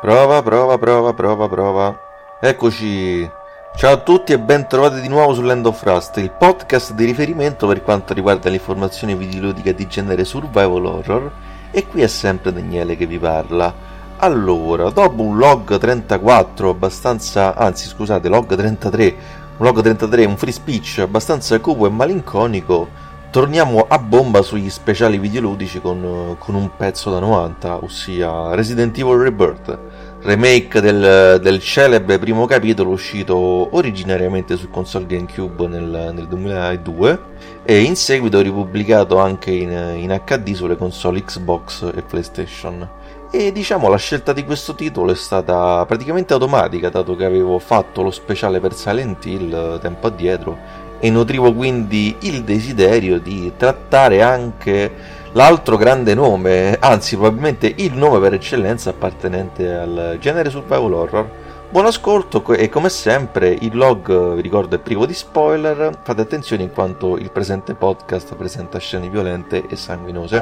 Prova, prova, prova, prova, prova. Eccoci. Ciao a tutti e ben trovati di nuovo su Land of Rust, il podcast di riferimento per quanto riguarda le informazioni videoludiche di genere survival horror. E qui è sempre Daniele che vi parla. Allora, dopo un log 34 abbastanza... anzi, scusate, log 33... un free speech abbastanza cupo e malinconico, torniamo a bomba sugli speciali videoludici con un pezzo da 90, ossia Resident Evil Rebirth, remake del celebre primo capitolo uscito originariamente su console GameCube nel 2002 e in seguito ripubblicato anche in HD sulle console Xbox e PlayStation. E diciamo la scelta di questo titolo è stata praticamente automatica, dato che avevo fatto lo speciale per Silent Hill tempo addietro e nutrivo quindi il desiderio di trattare anche l'altro grande nome, anzi probabilmente il nome per eccellenza appartenente al genere survival horror. Buon ascolto e come sempre il log, vi ricordo, è privo di spoiler, fate attenzione in quanto il presente podcast presenta scene violente e sanguinose.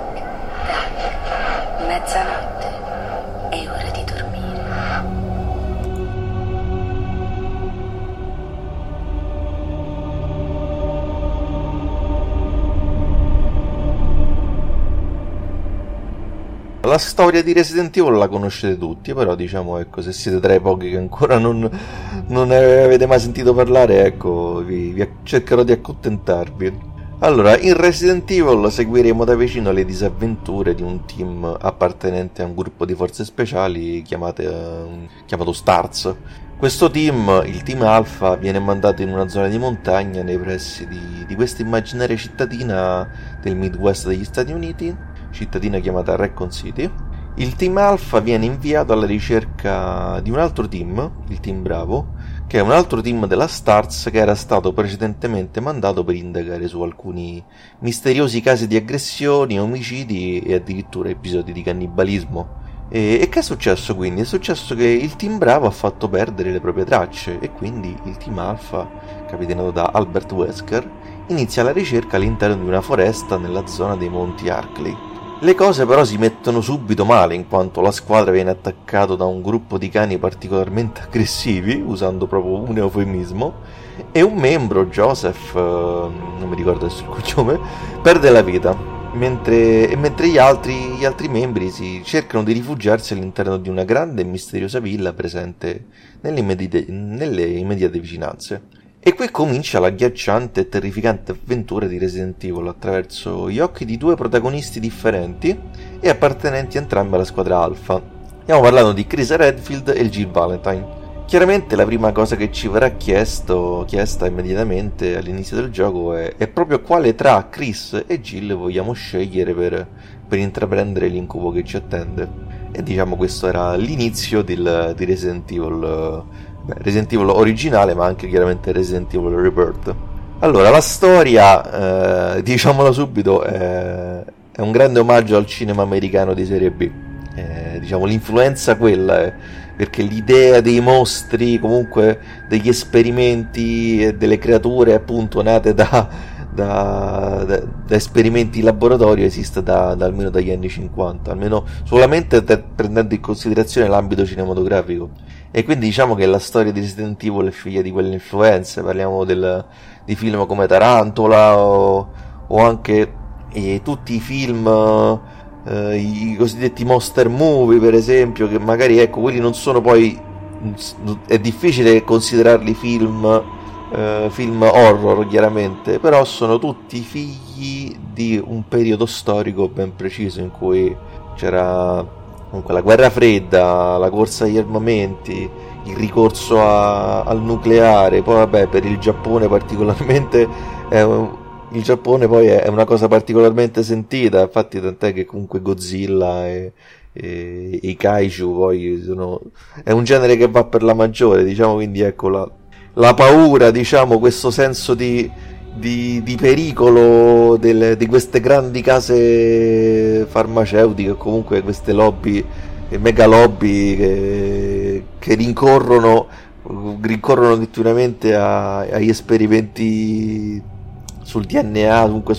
Mezzanotte, è ora di dormire. La storia di Resident Evil la conoscete tutti, però diciamo, ecco, se siete tra i pochi che ancora non ne avete mai sentito parlare, ecco, vi cercherò di accontentarvi. Allora, in Resident Evil seguiremo da vicino le disavventure di un team appartenente a un gruppo di forze speciali chiamato STARS. Questo team, il team Alpha, viene mandato in una zona di montagna nei pressi di questa immaginaria cittadina del Midwest degli Stati Uniti, cittadina chiamata Raccoon City. Il team Alpha viene inviato alla ricerca di un altro team, il team Bravo, che è un altro team della STARS che era stato precedentemente mandato per indagare su alcuni misteriosi casi di aggressioni, omicidi e addirittura episodi di cannibalismo. E che è successo quindi? È successo che il team Bravo ha fatto perdere le proprie tracce e quindi il team Alpha, capitainato da Albert Wesker, inizia la ricerca all'interno di una foresta nella zona dei Monti Arkley. Le cose però si mettono subito male, in quanto la squadra viene attaccata da un gruppo di cani particolarmente aggressivi, usando proprio un eufemismo, e un membro, Joseph, non mi ricordo adesso il cognome, perde la vita, mentre gli altri membri si cercano di rifugiarsi all'interno di una grande e misteriosa villa presente nelle immediate vicinanze. E qui comincia l'agghiacciante e terrificante avventura di Resident Evil attraverso gli occhi di due protagonisti differenti e appartenenti entrambi alla squadra Alpha. Stiamo parlando di Chris Redfield e Jill Valentine. Chiaramente la prima cosa che ci verrà chiesta immediatamente all'inizio del gioco è proprio quale tra Chris e Jill vogliamo scegliere per intraprendere l'incubo che ci attende. E diciamo questo era l'inizio di Resident Evil originale, ma anche chiaramente Resident Evil Rebirth. Allora, la storia, diciamolo subito, è un grande omaggio al cinema americano di serie B. Diciamo l'influenza quella è, perché l'idea dei mostri, comunque degli esperimenti e delle creature appunto nate da esperimenti in laboratorio esiste almeno dagli anni 50, almeno solamente prendendo in considerazione l'ambito cinematografico. E quindi diciamo che la storia di Resident Evil è figlia di quelle influenze. Parliamo di film come Tarantola o anche tutti i film, i cosiddetti monster movie per esempio, che magari ecco quelli non sono poi, è difficile considerarli film horror chiaramente, però sono tutti figli di un periodo storico ben preciso in cui c'era comunque la guerra fredda, la corsa agli armamenti, il ricorso al nucleare. Poi vabbè, per il Giappone particolarmente il Giappone poi è una cosa particolarmente sentita, infatti tant'è che comunque Godzilla e i kaiju poi è un genere che va per la maggiore, diciamo, quindi ecco la paura, diciamo, questo senso di pericolo di queste grandi case farmaceutiche, comunque queste lobby, mega lobby che rincorrono continuamente agli esperimenti sul DNA, comunque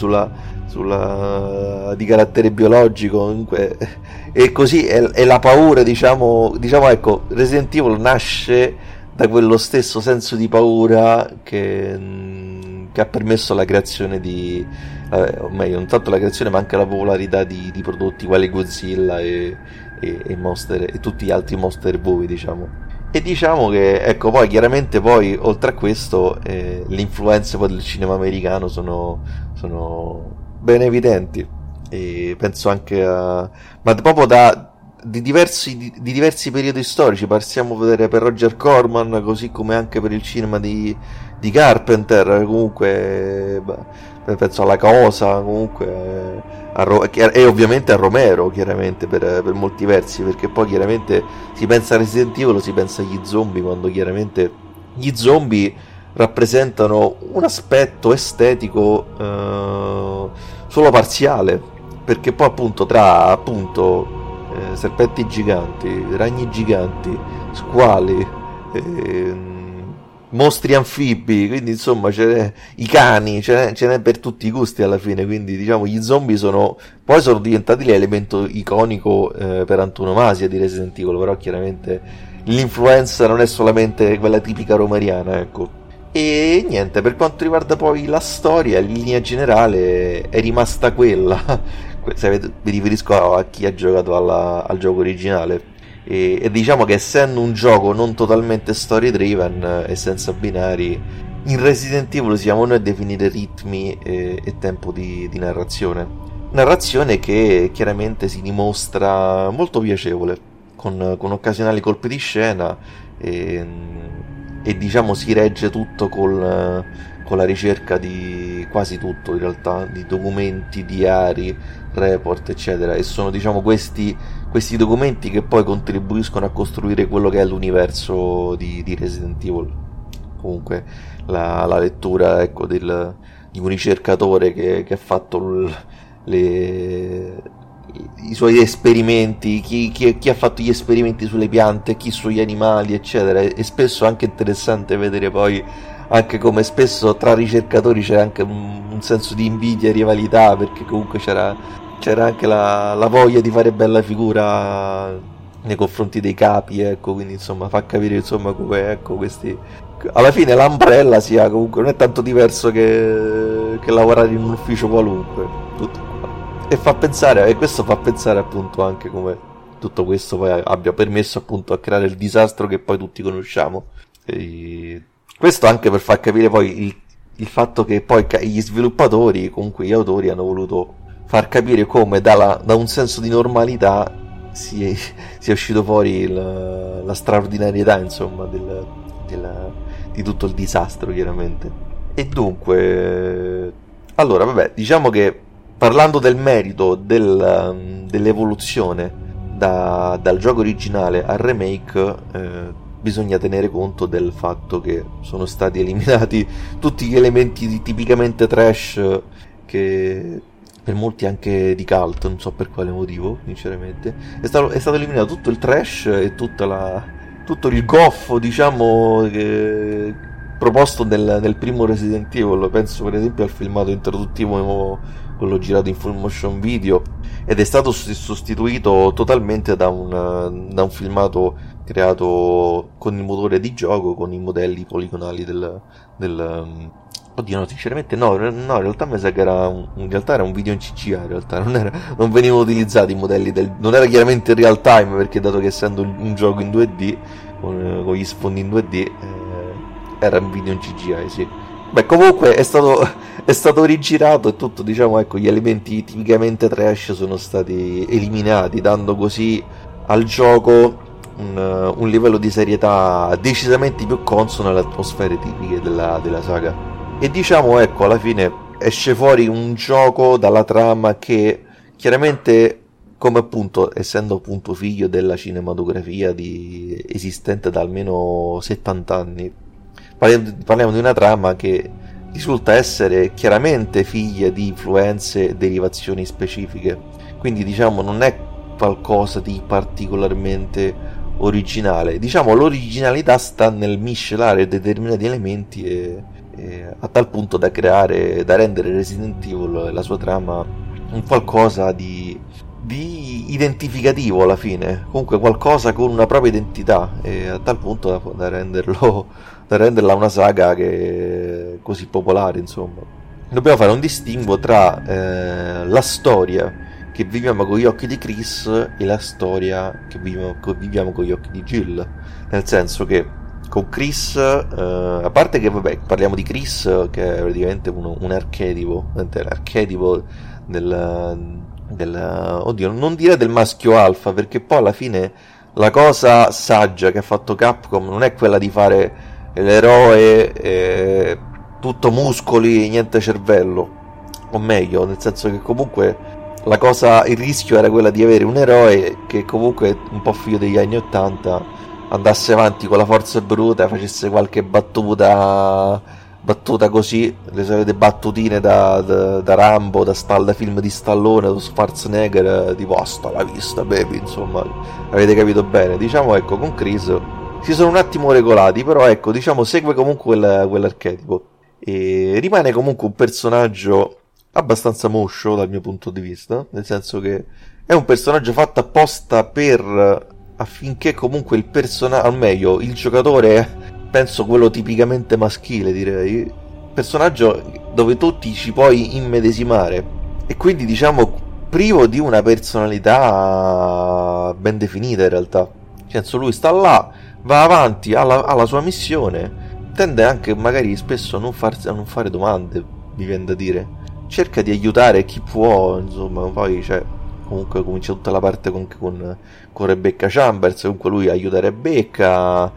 di carattere biologico, comunque, e così è la paura, diciamo ecco, Resident Evil nasce da quello stesso senso di paura che ha permesso la creazione o meglio, non tanto la creazione ma anche la popolarità di prodotti quali Godzilla e Monster e tutti gli altri Monster Movie, diciamo. E diciamo che, ecco, poi chiaramente poi oltre a questo le influenze poi del cinema americano sono ben evidenti, e penso anche ma proprio di diversi periodi storici. Possiamo vedere per Roger Corman, così come anche per il cinema di Carpenter, comunque penso alla Cosa, comunque e ovviamente a Romero, chiaramente per molti versi, perché poi chiaramente si pensa a Resident Evil, si pensa agli zombie, quando chiaramente gli zombie rappresentano un aspetto estetico solo parziale, perché poi appunto tra serpenti giganti, ragni giganti, squali, mostri anfibi, quindi insomma i cani, ce n'è per tutti i gusti alla fine, quindi diciamo gli zombie sono diventati l'elemento iconico per antonomasia di Resident Evil, però chiaramente l'influenza non è solamente quella tipica romeriana, ecco. E niente, per quanto riguarda poi la storia, in linea generale è rimasta quella, mi riferisco a chi ha giocato al gioco originale. E diciamo che essendo un gioco non totalmente story driven e senza binari, in Resident Evil siamo noi a definire ritmi e tempo di narrazione che chiaramente si dimostra molto piacevole, con occasionali colpi di scena, e diciamo si regge tutto con la ricerca di quasi tutto in realtà, di documenti, diari, report eccetera, e sono diciamo questi documenti che poi contribuiscono a costruire quello che è l'universo di Resident Evil. Comunque la lettura, ecco, di un ricercatore che ha fatto i suoi esperimenti, chi ha fatto gli esperimenti sulle piante, chi sugli animali eccetera, e spesso è anche interessante vedere poi anche come spesso tra ricercatori c'è anche un senso di invidia e rivalità, perché comunque c'era anche la voglia di fare bella figura nei confronti dei capi, ecco, quindi insomma fa capire insomma come, ecco, questi alla fine l'Umbrella sia comunque non è tanto diverso che lavorare in un ufficio qualunque, tutto qua. E questo fa pensare appunto anche come tutto questo poi abbia permesso appunto a creare il disastro che poi tutti conosciamo. E questo anche per far capire poi il fatto che poi gli sviluppatori, comunque gli autori, hanno voluto far capire come da un senso di normalità sia uscito fuori la straordinarietà, insomma, di tutto il disastro, chiaramente. E dunque, allora, vabbè, diciamo che parlando del merito dell'evoluzione dal gioco originale al remake, bisogna tenere conto del fatto che sono stati eliminati tutti gli elementi tipicamente trash, che per molti anche di cult, non so per quale motivo, sinceramente. È stato eliminato tutto il trash e tutto il goffo, diciamo, proposto nel primo Resident Evil. Penso per esempio al filmato introduttivo, quello girato in full motion video, ed è stato sostituito totalmente da un filmato creato con il motore di gioco, con i modelli poligonali oddio, no, sinceramente no, in realtà mi sa che era un video in CGI, in realtà non venivano utilizzati i modelli non era chiaramente in real time, perché dato che essendo un gioco in 2D con gli sfondi in 2D, era un video in CGI, sì. Beh, comunque è stato rigirato e tutto, diciamo, ecco, gli elementi tipicamente trash sono stati eliminati, dando così al gioco un livello di serietà decisamente più consono alle atmosfere tipiche della saga. E diciamo, ecco, alla fine esce fuori un gioco dalla trama che chiaramente, come appunto essendo appunto figlio della cinematografia esistente da almeno 70 anni, parliamo di una trama che risulta essere chiaramente figlia di influenze e derivazioni specifiche, quindi diciamo non è qualcosa di particolarmente originale. Diciamo l'originalità sta nel miscelare determinati elementi e a tal punto da rendere Resident Evil e la sua trama un qualcosa di identificativo alla fine, comunque qualcosa con una propria identità, e a tal punto da renderla una saga che è così popolare, insomma. Dobbiamo fare un distinguo tra la storia che viviamo con gli occhi di Chris e la storia che viviamo con gli occhi di Jill, nel senso che con Chris, a parte che vabbè, parliamo di Chris che è praticamente un archetipo, l'archetipo oddio, non dire del maschio alfa, perché poi alla fine la cosa saggia che ha fatto Capcom non è quella di fare l'eroe tutto muscoli e niente cervello, o meglio, nel senso che comunque il rischio era quella di avere un eroe che comunque un po' figlio degli anni 80 andasse avanti con la forza bruta, facesse qualche battuta così, le solite battutine da Rambo, da film di Stallone, da Schwarzenegger, tipo hasta la vista baby, insomma, avete capito bene. Diciamo, ecco, con Chris si sono un attimo regolati, però ecco, diciamo, segue comunque quell'archetipo e rimane comunque un personaggio abbastanza moscio dal mio punto di vista, nel senso che è un personaggio fatto apposta affinché comunque al meglio il giocatore, penso quello tipicamente maschile, direi, personaggio dove tu ti ci puoi immedesimare, e quindi diciamo privo di una personalità ben definita in realtà, nel senso lui sta là, va avanti, ha la sua missione, tende anche magari spesso a non fare domande, mi viene da dire, cerca di aiutare chi può, insomma. Poi comunque comincia tutta la parte con Rebecca Chambers, comunque lui aiuta Rebecca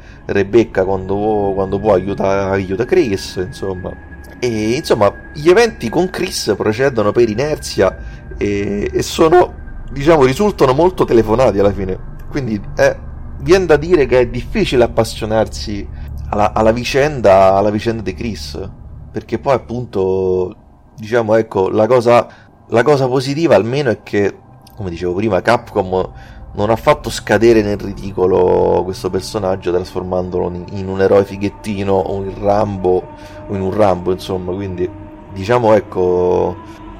quando può aiuta Chris, insomma. E insomma gli eventi con Chris procedono per inerzia e sono, diciamo, risultano molto telefonati alla fine, quindi viene da dire che è difficile appassionarsi alla vicenda di Chris, perché poi appunto, diciamo, ecco, la cosa positiva almeno è che, come dicevo prima, Capcom non ha fatto scadere nel ridicolo questo personaggio trasformandolo in un eroe fighettino o in un Rambo, insomma. Quindi diciamo, ecco,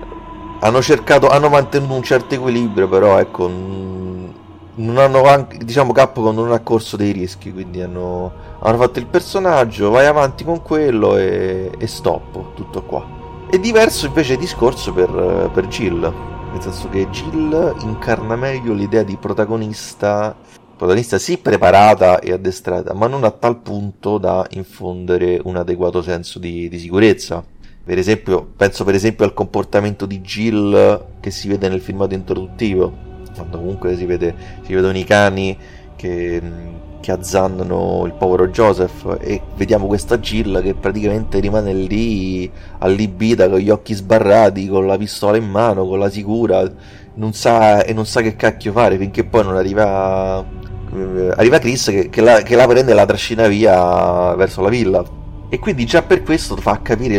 hanno mantenuto un certo equilibrio, però ecco, non hanno, diciamo, Capcom non ha corso dei rischi, quindi hanno fatto il personaggio, vai avanti con quello e stop, tutto qua. È diverso invece il discorso per Jill, nel senso che Jill incarna meglio l'idea di protagonista sì preparata e addestrata, ma non a tal punto da infondere un adeguato senso di sicurezza. Penso per esempio al comportamento di Jill che si vede nel filmato introduttivo, quando comunque si vedono i cani che azzannano il povero Joseph, e vediamo questa Jill che praticamente rimane lì allibita, con gli occhi sbarrati, con la pistola in mano, con la sicura, non sa che cacchio fare, finché poi non arriva Chris che la prende e la trascina via verso la villa, e quindi già per questo ti fa capire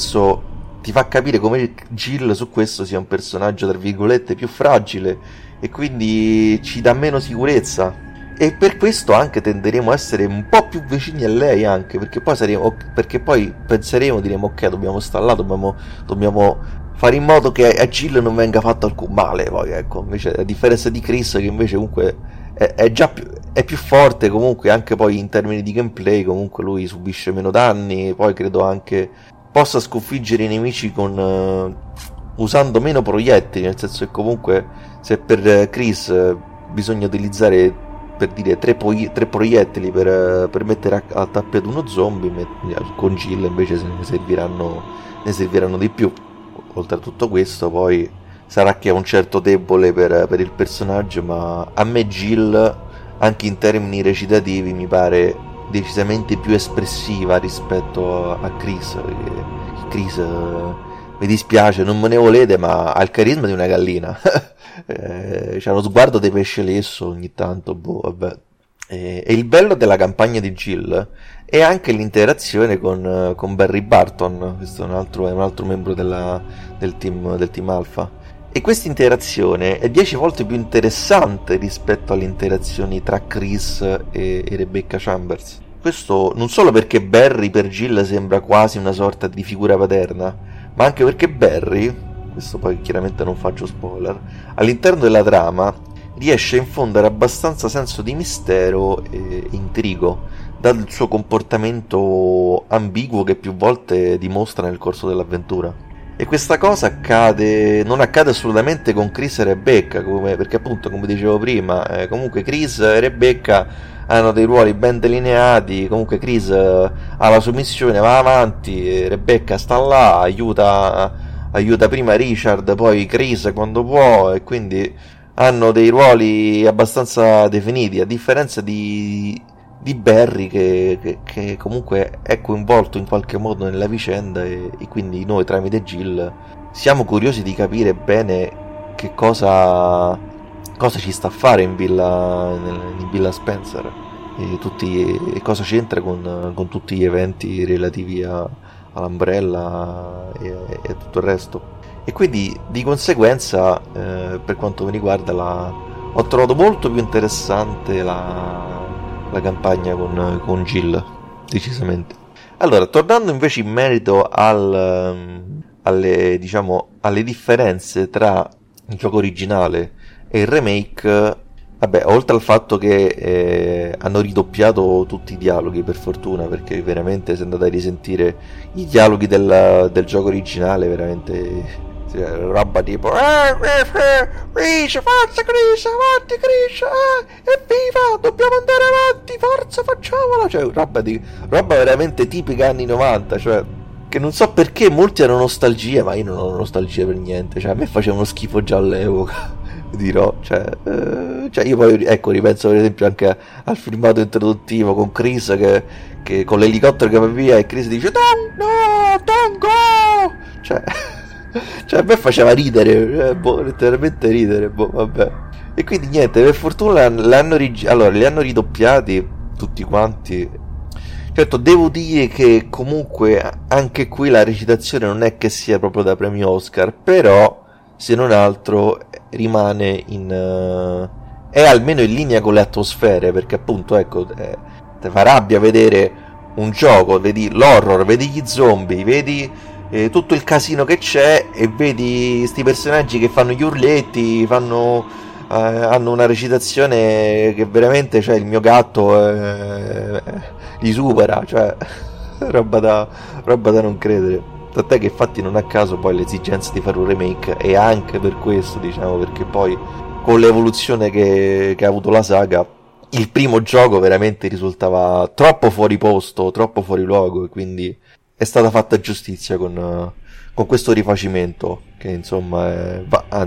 come Jill su questo sia un personaggio tra virgolette più fragile, e quindi ci dà meno sicurezza. E per questo anche tenderemo a essere un po' più vicini a lei, anche perché poi penseremo, diremo ok, dobbiamo stare là, dobbiamo fare in modo che a Jill non venga fatto alcun male. Poi ecco, invece, a differenza di Chris, che invece comunque è più forte, comunque anche poi in termini di gameplay, comunque lui subisce meno danni, poi credo anche possa sconfiggere i nemici usando meno proiettili, nel senso che comunque se per Chris bisogna utilizzare, per dire, tre proiettili per mettere a tappeto uno zombie, con Jill invece ne serviranno di più. Oltre a tutto questo, poi sarà che è un certo debole per il personaggio, ma a me Jill, anche in termini recitativi, mi pare decisamente più espressiva rispetto a Chris. Chris, mi dispiace, non me ne volete, ma ha il carisma di una gallina. C'ha lo sguardo di pesce lesso ogni tanto, vabbè. E il bello della campagna di Jill è anche l'interazione con Barry Barton, questo è un altro membro del team Alpha, e questa interazione è 10 volte più interessante rispetto alle interazioni tra Chris e Rebecca Chambers. Questo non solo perché Barry per Jill sembra quasi una sorta di figura paterna, ma anche perché Barry, questo poi chiaramente non faccio spoiler, all'interno della trama riesce a infondere abbastanza senso di mistero e intrigo dal suo comportamento ambiguo che più volte dimostra nel corso dell'avventura. E questa cosa non accade assolutamente con Chris e Rebecca, perché appunto, come dicevo prima, comunque Chris e Rebecca hanno dei ruoli ben delineati. Comunque Chris ha la sua missione, va avanti, e Rebecca sta là, aiuta prima Richard, poi Chris quando può, e quindi hanno dei ruoli abbastanza definiti, a differenza di Barry che comunque è coinvolto in qualche modo nella vicenda, e quindi noi tramite Jill siamo curiosi di capire bene che cosa ci sta a fare in Villa Spencer, e cosa c'entra con tutti gli eventi relativi all'Umbrella e tutto il resto. E quindi di conseguenza, per quanto mi riguarda, ho trovato molto più interessante la campagna con Jill, decisamente. Allora, tornando invece in merito alle differenze tra il gioco originale e il remake, vabbè, oltre al fatto che hanno ridoppiato tutti i dialoghi, per fortuna, perché veramente se andate a risentire i dialoghi del gioco originale, veramente roba tipo Chris, forza Chris, avanti Chris, evviva, dobbiamo andare avanti, forza, facciamola, cioè roba veramente tipica anni 90, cioè che non so perché molti hanno nostalgia, ma io non ho nostalgia per niente, cioè a me facevano schifo già all'epoca, dirò, cioè io poi, ecco, ripenso per esempio anche al filmato introduttivo con Chris che con l'elicottero che va via e Chris dice don't go, cioè a me faceva ridere, letteralmente ridere, vabbè. E quindi niente, per fortuna li hanno ridoppiati tutti quanti. Certo, devo dire che comunque anche qui la recitazione non è che sia proprio da premio Oscar, però se non altro rimane è almeno in linea con le atmosfere, perché appunto, ecco, ti fa rabbia vedere un gioco, vedi l'horror, vedi gli zombie, vedi tutto il casino che c'è, e vedi sti personaggi che fanno gli urletti, hanno una recitazione che veramente, cioè, il mio gatto li supera, cioè roba da non credere. Tant'è che infatti non a caso poi l'esigenza di fare un remake è anche per questo, diciamo, perché poi con l'evoluzione che ha avuto la saga, il primo gioco veramente risultava troppo fuori posto, troppo fuori luogo, e quindi è stata fatta giustizia con questo rifacimento, che insomma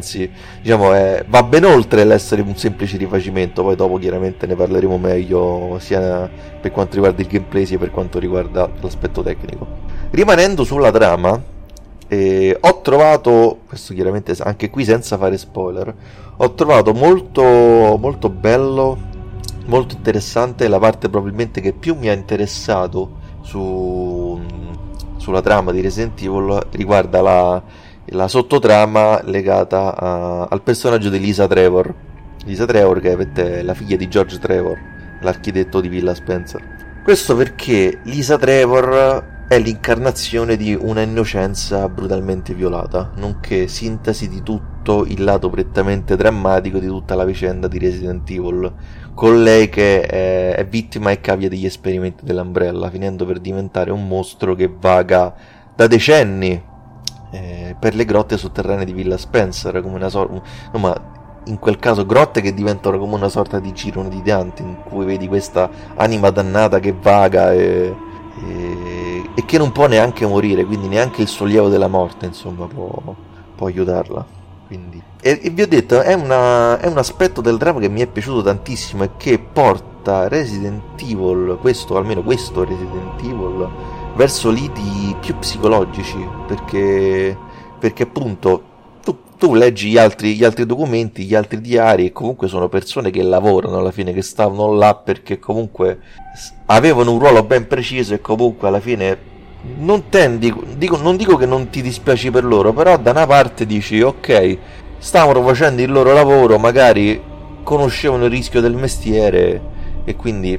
va ben oltre l'essere un semplice rifacimento. Poi dopo chiaramente ne parleremo meglio, sia per quanto riguarda il gameplay sia per quanto riguarda l'aspetto tecnico. Rimanendo sulla trama, ho trovato, questo chiaramente anche qui senza fare spoiler, ho trovato molto, molto bello, molto interessante la parte probabilmente che più mi ha interessato sulla trama di Resident Evil, riguarda la sottotrama legata al personaggio di Lisa Trevor, che è la figlia di George Trevor, l'architetto di Villa Spencer. Questo perché Lisa Trevor è l'incarnazione di una innocenza brutalmente violata, nonché sintesi di tutto il lato prettamente drammatico di tutta la vicenda di Resident Evil, con lei che è vittima e cavia degli esperimenti dell'Umbrella, finendo per diventare un mostro che vaga da decenni per le grotte sotterranee di Villa Spencer, come una sorta, no, ma in quel caso grotte che diventano come una sorta di girone di Dante, in cui vedi questa anima dannata che vaga e che non può neanche morire, quindi neanche il sollievo della morte, insomma, può aiutarla. Quindi e vi ho detto, è un aspetto del dramma che mi è piaciuto tantissimo e che porta Resident Evil, almeno questo Resident Evil, verso liti più psicologici, perché appunto tu leggi gli altri documenti, gli altri diari, e comunque sono persone che lavorano alla fine, che stavano là perché comunque avevano un ruolo ben preciso, e comunque alla fine non dico che non ti dispiaci per loro, però da una parte dici ok, stavano facendo il loro lavoro, magari conoscevano il rischio del mestiere, e quindi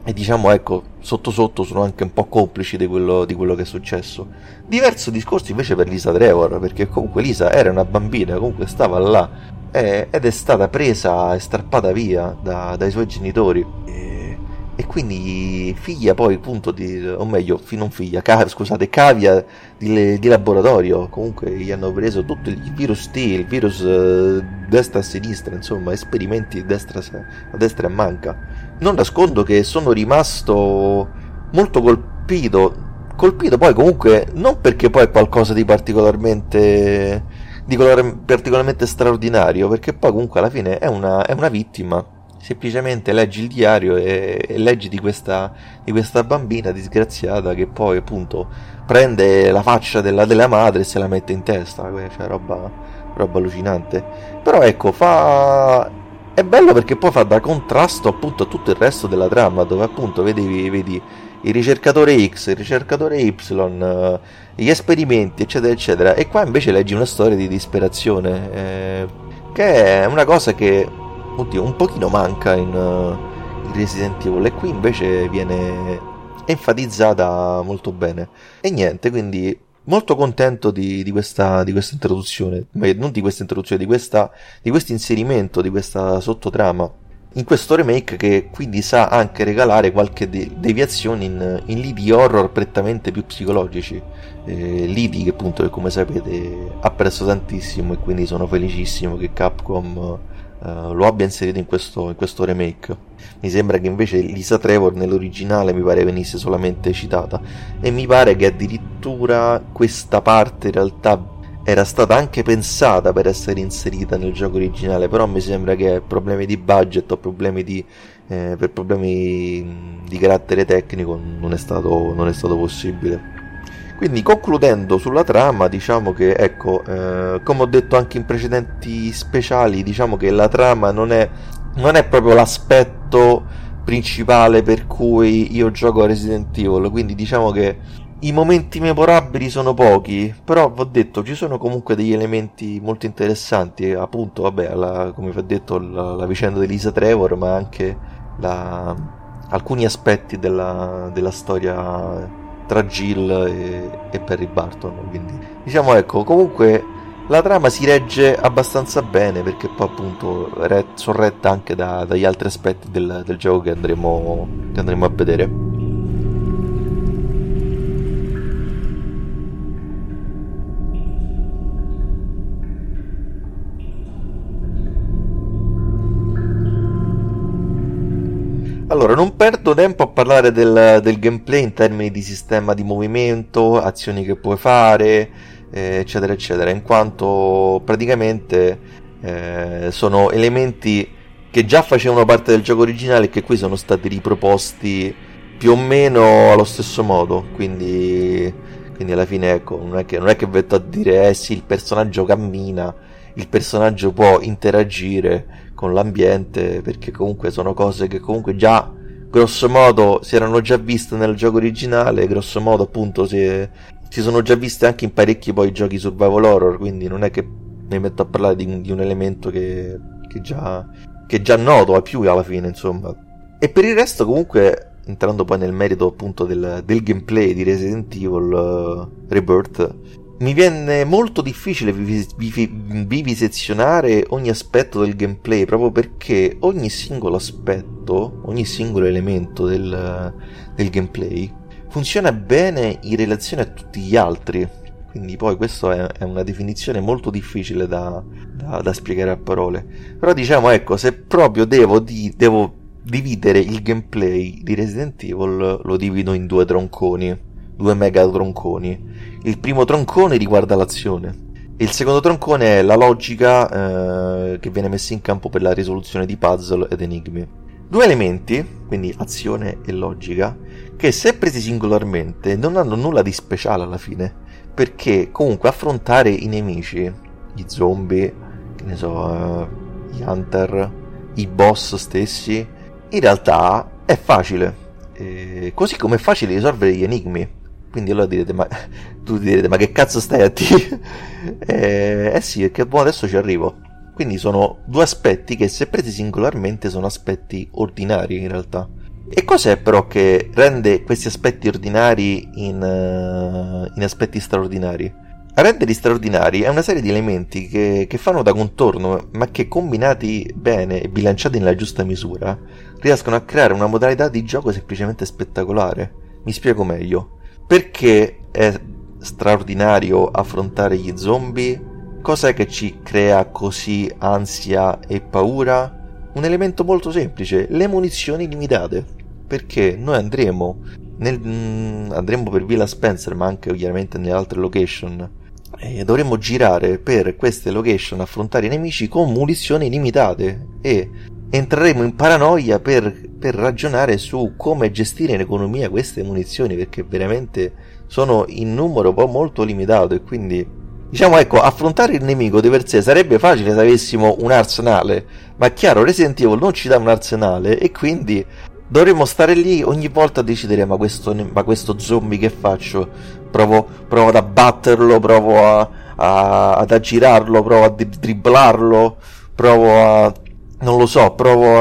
e diciamo ecco, sotto sotto sono anche un po' complici di quello che è successo. Diverso discorso invece per Lisa Trevor, perché comunque Lisa era una bambina, comunque stava là ed è stata presa e strappata via dai suoi genitori e quindi figlia poi appunto o meglio, non figlia, scusate, cavia di laboratorio. Comunque gli hanno preso tutto il virus T, il virus destra e sinistra, insomma esperimenti a destra e a manca. Non nascondo che sono rimasto molto colpito poi comunque non perché poi è qualcosa di particolarmente straordinario, perché poi comunque alla fine è una vittima. Semplicemente leggi il diario e leggi di questa bambina disgraziata che poi appunto prende la faccia della madre e se la mette in testa, cioè roba allucinante. Però ecco, è bello perché poi fa da contrasto appunto a tutto il resto della trama, dove appunto vedi il ricercatore X, il ricercatore Y, gli esperimenti, eccetera, eccetera. E qua invece leggi una storia di disperazione, che è una cosa che, oddio, un pochino manca in Resident Evil, e qui invece viene enfatizzata molto bene. E niente, quindi molto contento di questa introduzione, non di questa introduzione, di questo inserimento, di questa sottotrama in questo remake, che quindi sa anche regalare qualche deviazione in lidi horror prettamente più psicologici, lidi che appunto, come sapete, apprezzo tantissimo, e quindi sono felicissimo che Capcom lo abbia inserito in questo remake. Mi sembra che invece Lisa Trevor nell'originale mi pare venisse solamente citata, e mi pare che addirittura questa parte in realtà era stata anche pensata per essere inserita nel gioco originale, però mi sembra che problemi di budget o per problemi di carattere tecnico non è stato possibile. Quindi, concludendo sulla trama, diciamo che, ecco, come ho detto anche in precedenti speciali, diciamo che la trama non è proprio l'aspetto principale per cui io gioco a Resident Evil, quindi diciamo che i momenti memorabili sono pochi, però vi ho detto, ci sono comunque degli elementi molto interessanti, appunto, vabbè, come vi ho detto, la vicenda di Lisa Trevor, ma anche alcuni aspetti della storia tra Jill e Perry Barton. Quindi diciamo, ecco, comunque la trama si regge abbastanza bene, perché poi appunto sorretta anche dagli altri aspetti del gioco che andremo a vedere. Allora, non perdo tempo a parlare del gameplay in termini di sistema di movimento, azioni che puoi fare, eccetera eccetera, in quanto praticamente sono elementi che già facevano parte del gioco originale e che qui sono stati riproposti più o meno allo stesso modo, quindi alla fine, ecco, non è che vetto a dire sì, il personaggio cammina, il personaggio può interagire con l'ambiente, perché comunque sono cose che comunque già grosso modo si erano già viste nel gioco originale, grosso modo appunto si sono già viste anche in parecchi poi giochi survival horror, quindi non è che mi metto a parlare di un elemento che già noto a più alla fine, insomma. E per il resto, comunque, entrando poi nel merito appunto del gameplay di Resident Evil Rebirth, mi viene molto difficile vivisezionare ogni aspetto del gameplay, proprio perché ogni singolo aspetto, ogni singolo elemento del gameplay funziona bene in relazione a tutti gli altri. Quindi poi questo è una definizione molto difficile da spiegare a parole. Però diciamo, ecco, se proprio devo dividere il gameplay di Resident Evil, lo divido in due mega tronconi. Il primo troncone riguarda l'azione, e il secondo troncone è la logica che viene messa in campo per la risoluzione di puzzle ed enigmi. Due elementi, quindi azione e logica, che se presi singolarmente non hanno nulla di speciale alla fine, perché comunque affrontare i nemici, gli zombie, che ne so, gli hunter, i boss stessi, in realtà è facile, così come è facile risolvere gli enigmi. Quindi allora direte, ma che cazzo stai a dire? Sì, perché adesso ci arrivo. Quindi sono due aspetti che, se presi singolarmente, sono aspetti ordinari in realtà. E cos'è però che rende questi aspetti ordinari in aspetti straordinari? A renderli straordinari è una serie di elementi che fanno da contorno, ma che combinati bene e bilanciati nella giusta misura, riescono a creare una modalità di gioco semplicemente spettacolare. Mi spiego meglio. Perché è straordinario affrontare gli zombie? Cos'è che ci crea così ansia e paura? Un elemento molto semplice, le munizioni limitate. Perché noi andremo per Villa Spencer, ma anche chiaramente nelle altre location, e dovremo girare per queste location, affrontare i nemici con munizioni limitate, e entreremo in paranoia per ragionare su come gestire in economia queste munizioni, perché veramente sono in numero molto limitato. E quindi, diciamo, ecco, affrontare il nemico di per sé sarebbe facile se avessimo un arsenale, ma chiaro, Resident Evil non ci dà un arsenale, e quindi dovremmo stare lì ogni volta a decidere: ma questo zombie che faccio? Provo ad abbatterlo, provo ad aggirarlo, provo a dribblarlo, non lo so,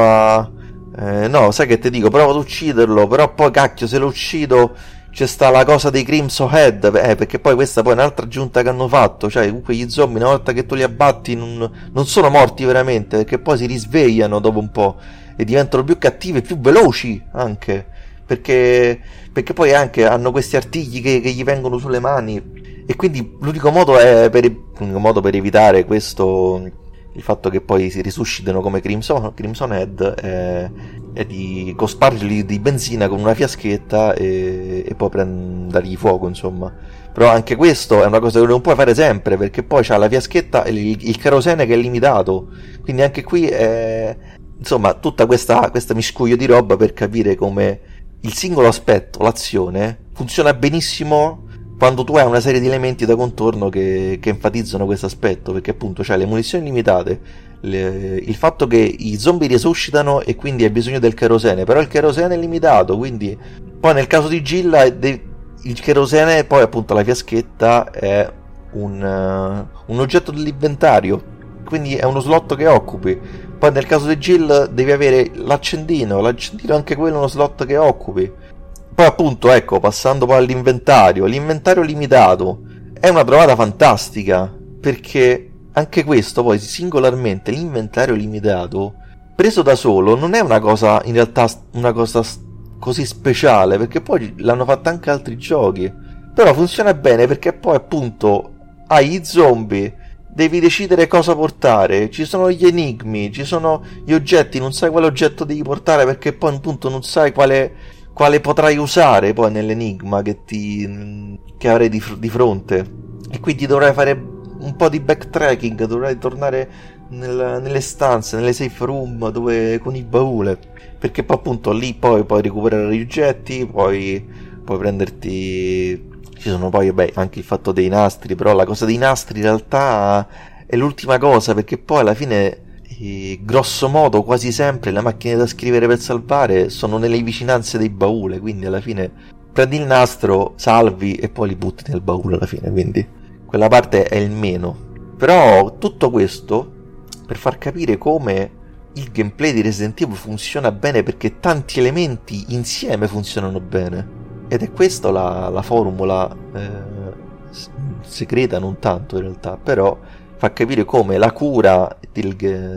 no, sai che ti dico, provo ad ucciderlo, però poi cacchio, se lo uccido c'è sta la cosa dei Crimson Head, perché poi questa poi è un'altra aggiunta che hanno fatto, cioè comunque gli zombie una volta che tu li abbatti non sono morti veramente, perché poi si risvegliano dopo un po' e diventano più cattivi e più veloci anche, perché poi anche hanno questi artigli che gli vengono sulle mani, e quindi l'unico modo per evitare questo, il fatto che poi si risuscitino come Crimson Head, è di cospargerli di benzina con una fiaschetta e poi dargli fuoco, insomma. Però anche questo è una cosa che non puoi fare sempre, perché poi c'ha la fiaschetta e il kerosene che è limitato, quindi anche qui è, insomma, tutta questa miscuglio di roba per capire come il singolo aspetto, l'azione, funziona benissimo quando tu hai una serie di elementi da contorno che enfatizzano questo aspetto, perché appunto c'hai le munizioni limitate, il fatto che i zombie risuscitano e quindi hai bisogno del kerosene, però il kerosene è limitato, quindi poi nel caso di Jill il kerosene, poi appunto la fiaschetta è un oggetto dell'inventario, quindi è uno slot che occupi. Poi nel caso di Jill devi avere l'accendino anche quello è uno slot che occupi. Poi appunto, ecco, passando poi l'inventario limitato è una trovata fantastica, perché anche questo poi singolarmente l'inventario limitato preso da solo non è una cosa, in realtà una cosa così speciale, perché poi l'hanno fatta anche altri giochi, però funziona bene perché poi appunto hai gli zombie, devi decidere cosa portare, ci sono gli enigmi, ci sono gli oggetti, non sai quale oggetto devi portare perché poi appunto non sai quale potrai usare poi nell'enigma che avrai di fronte, e quindi dovrai fare un po' di backtracking, dovrai tornare nelle stanze, nelle safe room con i baule, perché poi appunto lì poi puoi recuperare gli oggetti, puoi prenderti. Ci sono poi anche il fatto dei nastri, però la cosa dei nastri in realtà è l'ultima cosa, perché poi alla fine grosso modo quasi sempre le macchine da scrivere per salvare sono nelle vicinanze dei baule, quindi alla fine prendi il nastro, salvi e poi li butti nel baule alla fine, quindi quella parte è il meno. Però tutto questo per far capire come il gameplay di Resident Evil funziona bene, perché tanti elementi insieme funzionano bene, ed è questa la formula segreta, non tanto in realtà, però fa capire come la cura del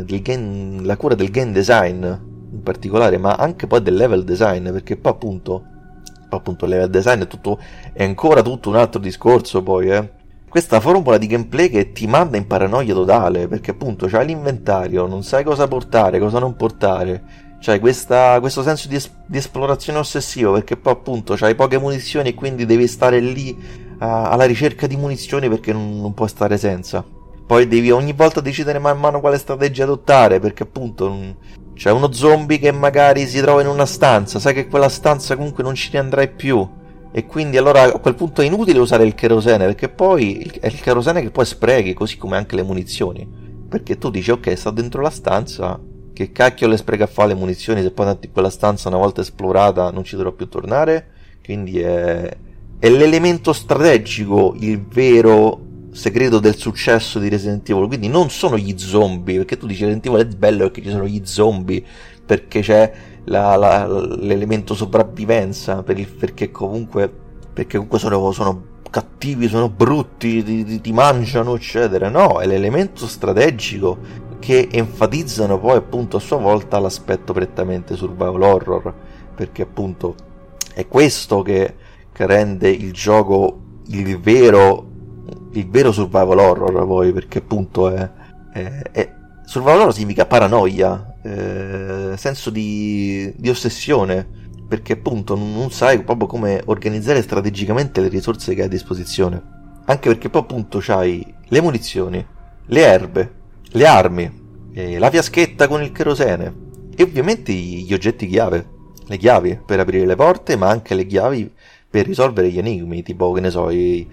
game design in particolare, ma anche poi del level design, perché poi appunto il level design è ancora tutto un altro discorso poi, questa formula di gameplay che ti manda in paranoia totale, perché appunto c'hai l'inventario, non sai cosa portare, cosa non portare, c'hai questo senso di esplorazione ossessivo, perché poi appunto c'hai poche munizioni e quindi devi stare lì alla ricerca di munizioni, perché non puoi stare senza. Poi devi ogni volta decidere man mano quale strategia adottare, perché appunto c'è uno zombie che magari si trova in una stanza, sai che quella stanza comunque non ci riandrai più, e quindi allora a quel punto è inutile usare il kerosene, perché poi è il kerosene che poi sprechi, così come anche le munizioni, perché tu dici ok, sta dentro la stanza, che cacchio le spreca a fare le munizioni se poi tanto in quella stanza una volta esplorata non ci dovrò più tornare. Quindi è l'elemento strategico il vero segreto del successo di Resident Evil, quindi non sono gli zombie, perché tu dici Resident Evil è bello perché ci sono gli zombie, perché c'è l'elemento sopravvivenza, perché comunque sono cattivi, sono brutti, ti mangiano, eccetera. No, è l'elemento strategico che enfatizzano poi appunto a sua volta l'aspetto prettamente survival horror, perché appunto è questo che rende il gioco il vero survival horror poi, perché appunto è survival horror significa paranoia, senso di ossessione, perché appunto non sai proprio come organizzare strategicamente le risorse che hai a disposizione, anche perché poi appunto c'hai le munizioni, le erbe, le armi, la fiaschetta con il kerosene e ovviamente gli oggetti chiave, le chiavi per aprire le porte, ma anche le chiavi per risolvere gli enigmi, tipo, che ne so, gli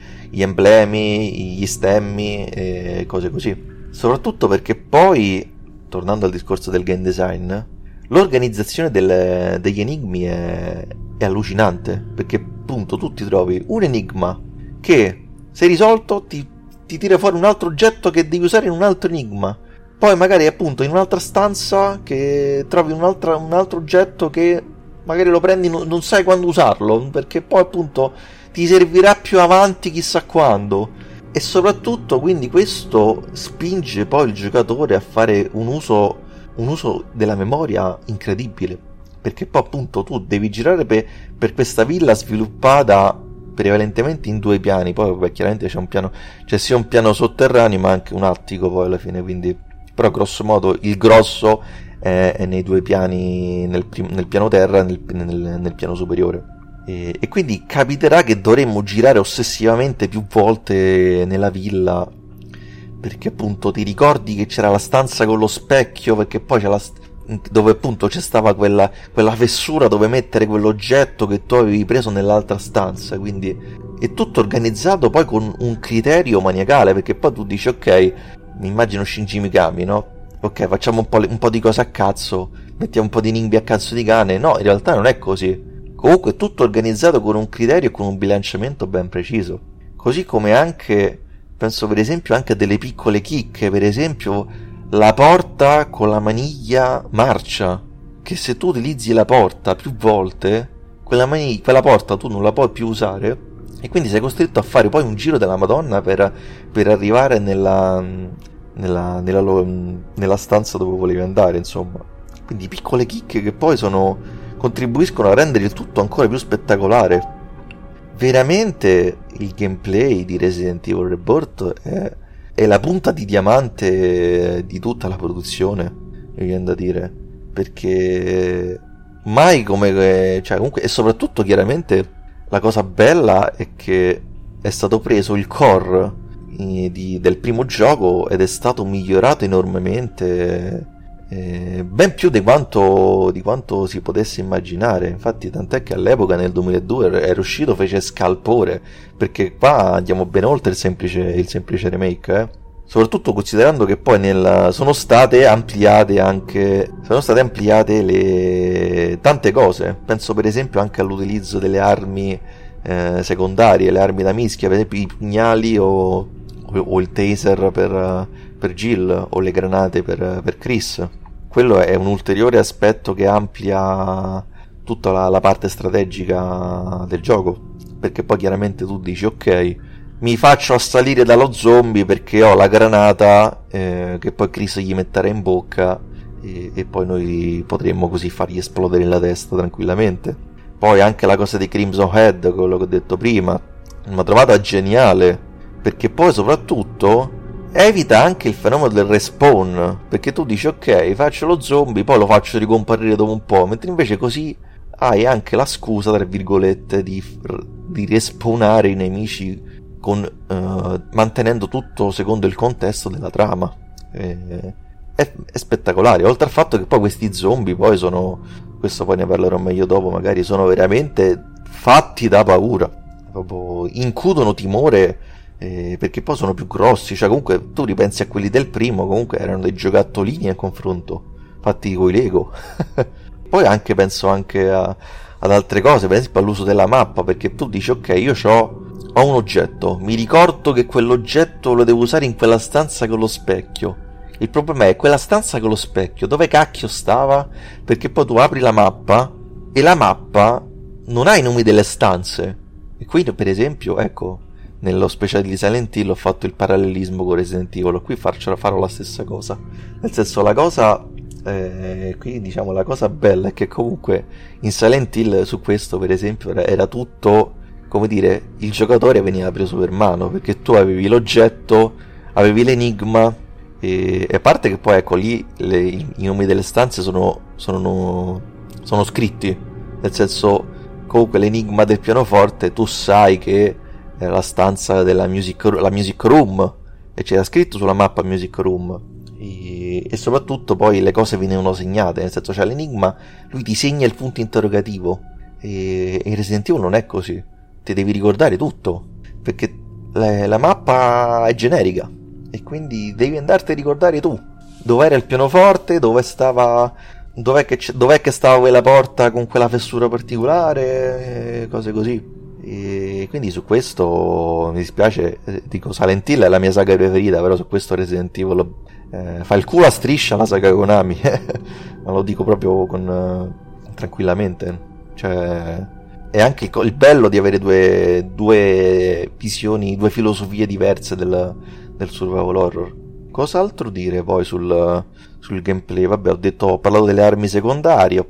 emblemi, gli stemmi, cose così. Soprattutto perché poi, tornando al discorso del game design, l'organizzazione degli enigmi è allucinante, perché appunto tu ti trovi un enigma che, se risolto, ti tira fuori un altro oggetto che devi usare in un altro enigma. Poi magari appunto in un'altra stanza che trovi un altro oggetto che magari lo prendi, non sai quando usarlo, perché poi appunto ti servirà più avanti chissà quando. E soprattutto quindi questo spinge poi il giocatore a fare un uso della memoria incredibile, perché poi appunto tu devi girare per questa villa sviluppata prevalentemente in 2 piani. Poi vabbè, chiaramente c'è sia un piano sotterraneo ma anche un attico poi alla fine, quindi però grosso modo il grosso è nei 2 piani, nel piano terra e nel piano superiore. E quindi capiterà che dovremmo girare ossessivamente più volte nella villa, perché appunto ti ricordi che c'era la stanza con lo specchio, perché poi dove appunto c'è stava quella fessura dove mettere quell'oggetto che tu avevi preso nell'altra stanza. Quindi è tutto organizzato poi con un criterio maniacale, perché poi tu dici ok, mi immagino Shinji Mikami, no? Ok, facciamo un po' di cose a cazzo, mettiamo un po' di enigmi a cazzo di cane. No, in realtà non è così. Comunque è tutto organizzato con un criterio e con un bilanciamento ben preciso. Così come anche, penso per esempio anche a delle piccole chicche, per esempio la porta con la maniglia marcia, che se tu utilizzi la porta più volte, quella porta tu non la puoi più usare, e quindi sei costretto a fare poi un giro della Madonna per arrivare nella stanza dove volevi andare, insomma. Quindi piccole chicche che poi contribuiscono a rendere il tutto ancora più spettacolare. Veramente il gameplay di Resident Evil Rebirth è la punta di diamante di tutta la produzione, mi viene da dire, perché mai come, cioè comunque, e soprattutto chiaramente la cosa bella è che è stato preso il core del primo gioco ed è stato migliorato enormemente, ben più di quanto si potesse immaginare. Infatti tant'è che all'epoca nel 2002 era uscito, fece scalpore, perché qua andiamo ben oltre il semplice remake, soprattutto considerando che poi sono state ampliate le tante cose. Penso per esempio anche all'utilizzo delle armi secondarie, le armi da mischia, per esempio i pugnali o il taser per Jill o le granate per Chris. Quello è un ulteriore aspetto che amplia tutta la parte strategica del gioco, perché poi chiaramente tu dici ok, mi faccio assalire dallo zombie perché ho la granata che poi Chris gli metterà in bocca e poi noi potremmo così fargli esplodere la testa tranquillamente. Poi anche la cosa di Crimson Head, quello che ho detto prima, l'ho trovata geniale, perché poi soprattutto evita anche il fenomeno del respawn, perché tu dici ok, faccio lo zombie, poi lo faccio ricomparire dopo un po', mentre invece così hai anche la scusa, tra virgolette, di respawnare i nemici mantenendo tutto secondo il contesto della trama. È spettacolare, oltre al fatto che poi questi zombie poi questo poi ne parlerò meglio dopo, magari sono veramente fatti da paura, proprio incutono timore, perché poi sono più grossi. Cioè comunque tu ripensi a quelli del primo, comunque erano dei giocattolini a confronto fatti coi Lego. Poi anche penso anche ad altre cose, per esempio all'uso della mappa, perché tu dici ok, io ho un oggetto, mi ricordo che quell'oggetto lo devo usare in quella stanza con lo specchio, Il problema è quella stanza con lo specchio, dove cacchio stava? Perché poi tu apri la mappa e la mappa non ha i nomi delle stanze. E qui, per esempio, ecco, nello speciale di Silent Hill ho fatto il parallelismo con Resident Evil, qui farò la stessa cosa. Nel senso, la cosa, qui diciamo la cosa bella è che comunque in Silent Hill su questo, per esempio, era tutto, come dire, il giocatore veniva preso per mano, perché tu avevi l'oggetto, avevi l'enigma, e a parte che poi ecco lì i nomi delle stanze sono scritti, nel senso, comunque l'enigma del pianoforte tu sai che è la stanza della la music room, e c'era scritto sulla mappa music room, e soprattutto poi le cose venivano segnate, nel senso, c'è l'enigma, lui ti segna il punto interrogativo, e in Resident Evil non è così, ti devi ricordare tutto, perché la mappa è generica e quindi devi andarti a ricordare tu dov'era il pianoforte, dov'è che stava quella porta con quella fessura particolare, cose così. E quindi su questo mi dispiace, dico, Silent Hill è la mia saga preferita, però su questo Resident Evil fa il culo a striscia la saga Konami, ma lo dico proprio tranquillamente, cioè è anche il bello di avere due visioni, due filosofie diverse del survival horror. Cos'altro dire poi sul gameplay? Vabbè, ho parlato delle armi secondarie,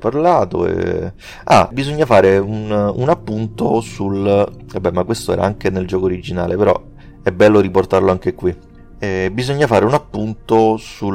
bisogna fare un appunto vabbè, ma questo era anche nel gioco originale, però è bello riportarlo anche qui. Bisogna fare un appunto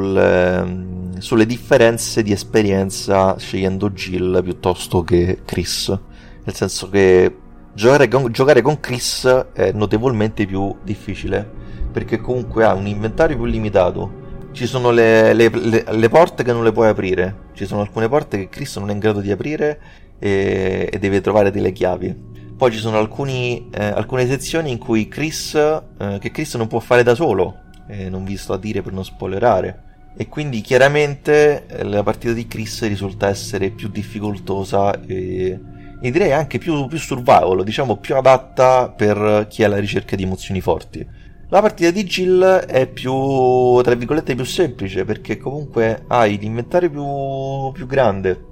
sulle differenze di esperienza scegliendo Jill piuttosto che Chris, nel senso che giocare con Chris è notevolmente più difficile, perché comunque ha un inventario più limitato, ci sono le porte che non le puoi aprire, ci sono alcune porte che Chris non è in grado di aprire e deve trovare delle chiavi, poi ci sono alcune sezioni in cui Chris non può fare da solo, non vi sto a dire per non spoilerare, e quindi chiaramente la partita di Chris risulta essere più difficoltosa e direi anche più survival, diciamo più adatta per chi ha la ricerca di emozioni forti. La partita di Jill è più, tra virgolette, più semplice, perché comunque hai l'inventario più grande,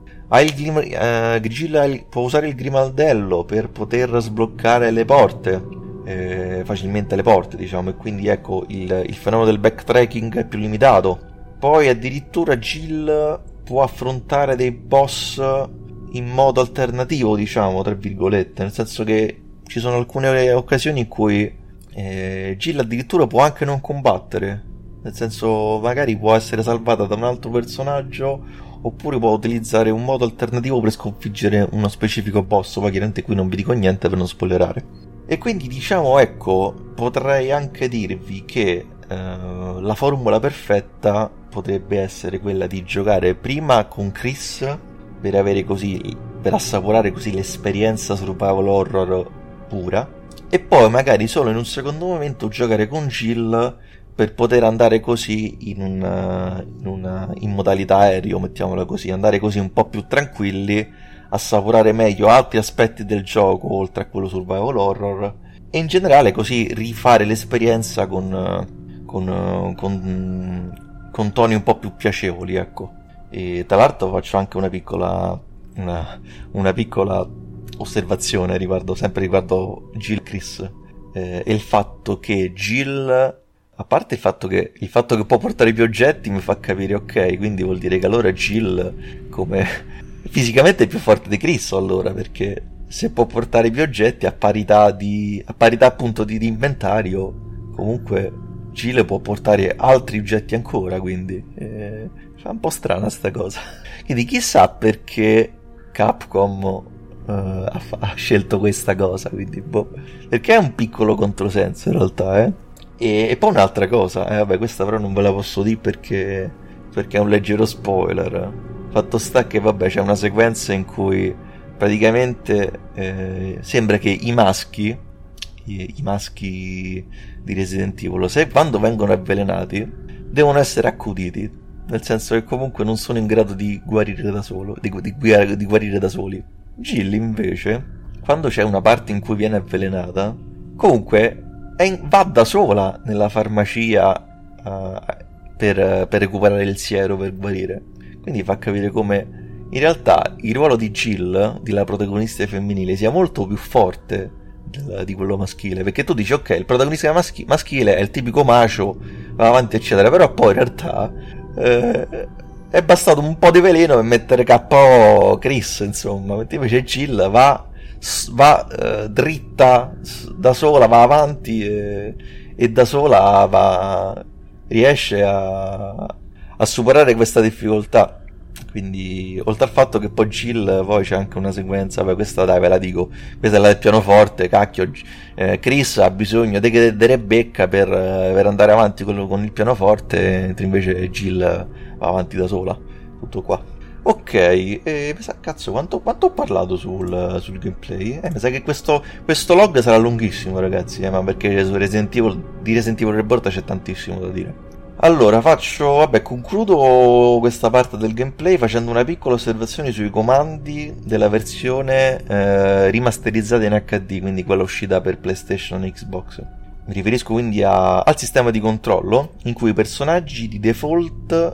Jill può usare il grimaldello per poter sbloccare le porte, facilmente le porte, diciamo, e quindi ecco il fenomeno del backtracking è più limitato. Poi addirittura Jill può affrontare dei boss in modo alternativo, diciamo, tra virgolette, nel senso che ci sono alcune occasioni in cui Jill addirittura può anche non combattere, nel senso magari può essere salvata da un altro personaggio, oppure può utilizzare un modo alternativo per sconfiggere uno specifico boss. Poi chiaramente qui non vi dico niente per non spoilerare. E quindi diciamo, ecco, potrei anche dirvi che la formula perfetta potrebbe essere quella di giocare prima con Chris per assaporare così l'esperienza survival horror pura, e poi magari solo in un secondo momento giocare con Jill per poter andare così in modalità aereo, mettiamola così, andare così un po' più tranquilli, assaporare meglio altri aspetti del gioco oltre a quello survival horror, e in generale così rifare l'esperienza con toni un po' più piacevoli, ecco. E tra l'altro faccio anche una piccola osservazione sempre riguardo Jill Chris, e il fatto che Jill, a parte il fatto che può portare più oggetti, mi fa capire, ok, quindi vuol dire che allora Jill come fisicamente è più forte di Chris, allora, perché se può portare più oggetti a parità appunto di inventario, comunque Jill può portare altri oggetti ancora, quindi fa un po' strana sta cosa. Quindi chissà perché Capcom ha scelto questa cosa, quindi perché è un piccolo controsenso in realtà, e poi un'altra cosa, vabbè, questa però non ve la posso dire perché è un leggero spoiler. Fatto sta che vabbè, c'è una sequenza in cui praticamente sembra che i maschi di Resident Evil, quando vengono avvelenati, devono essere accuditi, nel senso che comunque non sono in grado di guarire da soli. Jill invece, quando c'è una parte in cui viene avvelenata, comunque va da sola nella farmacia per recuperare il siero, per guarire. Quindi fa capire come in realtà il ruolo di Jill, della protagonista femminile, sia molto più forte di quello maschile, perché tu dici ok, il protagonista maschile è il tipico macio, va avanti eccetera, però poi in realtà è bastato un po' di veleno per mettere KO Chris, insomma, mentre invece Jill va dritta da sola, va avanti e da sola riesce a superare questa difficoltà. Quindi, oltre al fatto che poi Jill, poi c'è anche una sequenza, beh, questa dai ve la dico, questa è la del pianoforte, cacchio, Chris ha bisogno di Rebecca per andare avanti con il pianoforte, mentre invece Jill va avanti da sola, tutto qua. Ok, cazzo, quanto ho parlato sul gameplay? Mi sa che questo log sarà lunghissimo, ragazzi, ma perché su Resident Evil Rebirth c'è tantissimo da dire. Allora, concludo questa parte del gameplay facendo una piccola osservazione sui comandi della versione rimasterizzata in HD, quindi quella uscita per PlayStation e Xbox. Mi riferisco quindi al sistema di controllo, in cui i personaggi di default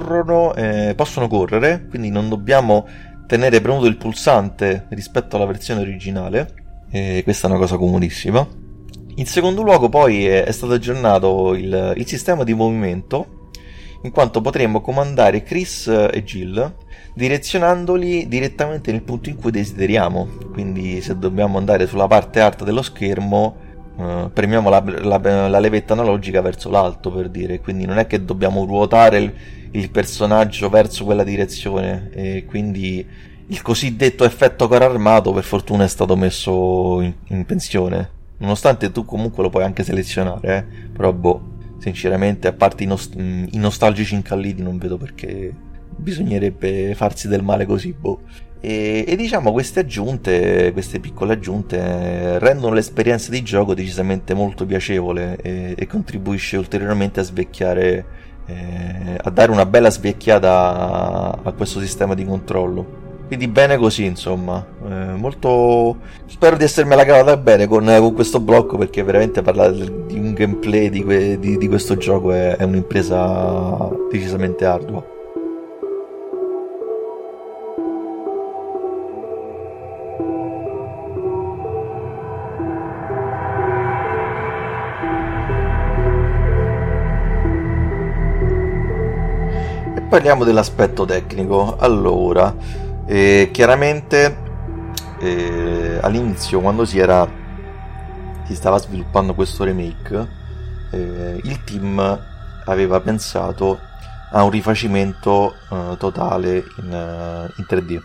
possono correre, quindi non dobbiamo tenere premuto il pulsante rispetto alla versione originale, e questa è una cosa comodissima. In secondo luogo poi è stato aggiornato il sistema di movimento, in quanto potremo comandare Chris e Jill direzionandoli direttamente nel punto in cui desideriamo. Quindi se dobbiamo andare sulla parte alta dello schermo premiamo la levetta analogica verso l'alto, per dire, quindi non è che dobbiamo ruotare il personaggio verso quella direzione, e quindi il cosiddetto effetto carro armato per fortuna è stato messo in pensione. Nonostante tu comunque lo puoi anche selezionare, però sinceramente, a parte i nostalgici incalliti, non vedo perché bisognerebbe farsi del male così, E diciamo queste piccole aggiunte rendono l'esperienza di gioco decisamente molto piacevole e contribuisce ulteriormente a svecchiare, a dare una bella svecchiata a questo sistema di controllo. Quindi bene così, insomma, molto. Spero di essermela cavata bene con questo blocco, perché veramente parlare di un gameplay di questo gioco è un'impresa decisamente ardua. E parliamo dell'aspetto tecnico. Allora, chiaramente all'inizio, quando si stava sviluppando questo remake, il team aveva pensato a un rifacimento totale in 3D,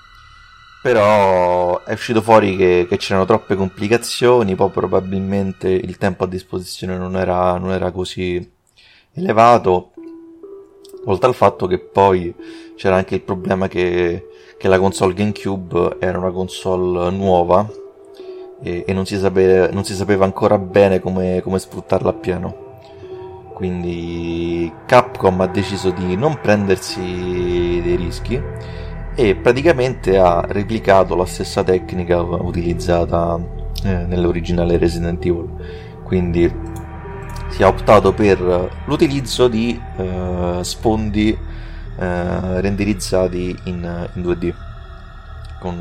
però è uscito fuori che c'erano troppe complicazioni, poi probabilmente il tempo a disposizione non era così elevato, oltre al fatto che poi c'era anche il problema che la console GameCube era una console nuova e non si sapeva ancora bene come sfruttarla appieno. Quindi Capcom ha deciso di non prendersi dei rischi e praticamente ha replicato la stessa tecnica utilizzata nell'originale Resident Evil. Quindi si è optato per l'utilizzo di sfondi renderizzati in 2D con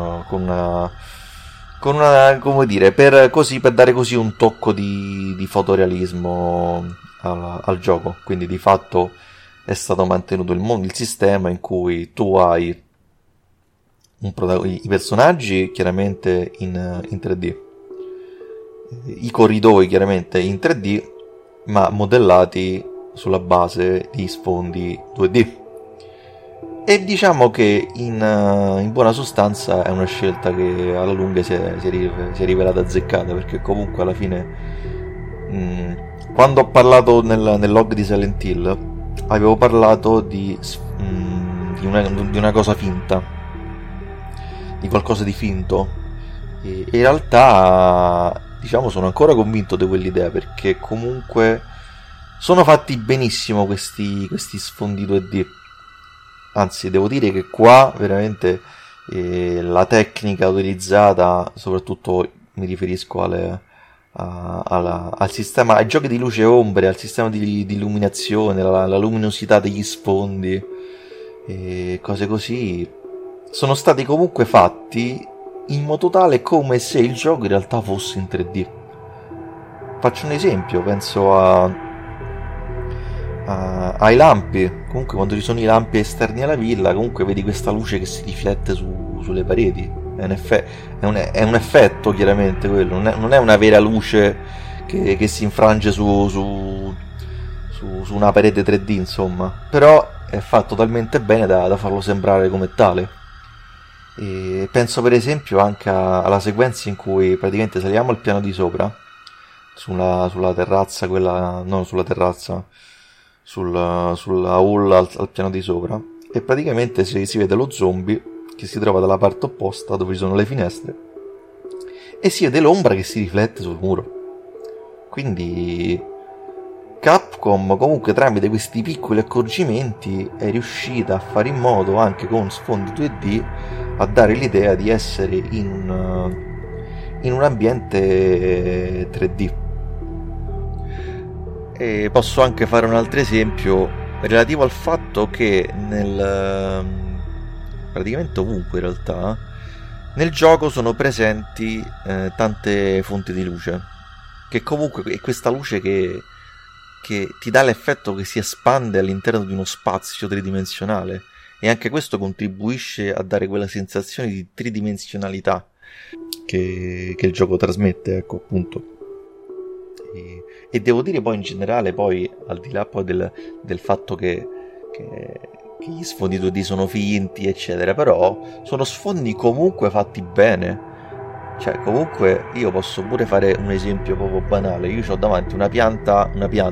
una, come dire, per dare così un tocco di fotorealismo al gioco. Quindi di fatto è stato mantenuto il sistema in cui tu hai i personaggi chiaramente in 3D, i corridoi chiaramente in 3D, ma modellati sulla base di sfondi 2D. E diciamo che in buona sostanza è una scelta che alla lunga si è rivelata azzeccata, perché comunque alla fine quando ho parlato nel log di Silent Hill avevo parlato di una cosa finta, di qualcosa di finto, e in realtà diciamo sono ancora convinto di quell'idea, perché comunque sono fatti benissimo questi sfondi 2D. Anzi, devo dire che qua veramente la tecnica utilizzata, soprattutto mi riferisco al sistema, ai giochi di luce e ombre, al sistema di illuminazione, la luminosità degli sfondi e cose così, sono stati comunque fatti in modo tale come se il gioco in realtà fosse in 3D. Faccio un esempio, penso ai lampi. Comunque quando ci sono i lampi esterni alla villa, comunque vedi questa luce che si riflette sulle pareti. È un effetto, chiaramente, quello. Non è una vera luce che si infrange su una parete 3D, insomma. Però è fatto talmente bene da farlo sembrare come tale. E penso per esempio anche alla sequenza in cui praticamente saliamo al piano di sopra, sulla terrazza, quella, no, sulla terrazza, sulla hall al piano di sopra, e praticamente si vede lo zombie che si trova dalla parte opposta dove ci sono le finestre e si vede l'ombra che si riflette sul muro. Quindi Capcom comunque tramite questi piccoli accorgimenti è riuscita a fare in modo, anche con sfondi 2D, a dare l'idea di essere in un ambiente 3D. E posso anche fare un altro esempio relativo al fatto che praticamente ovunque in realtà nel gioco sono presenti tante fonti di luce, che comunque è questa luce che ti dà l'effetto che si espande all'interno di uno spazio tridimensionale, e anche questo contribuisce a dare quella sensazione di tridimensionalità che il gioco trasmette, ecco, appunto. E devo dire poi in generale, poi al di là poi del fatto che gli sfondi 2D sono finti, eccetera, però sono sfondi comunque fatti bene. Cioè, comunque io posso pure fare un esempio proprio banale. Io ho davanti una pianta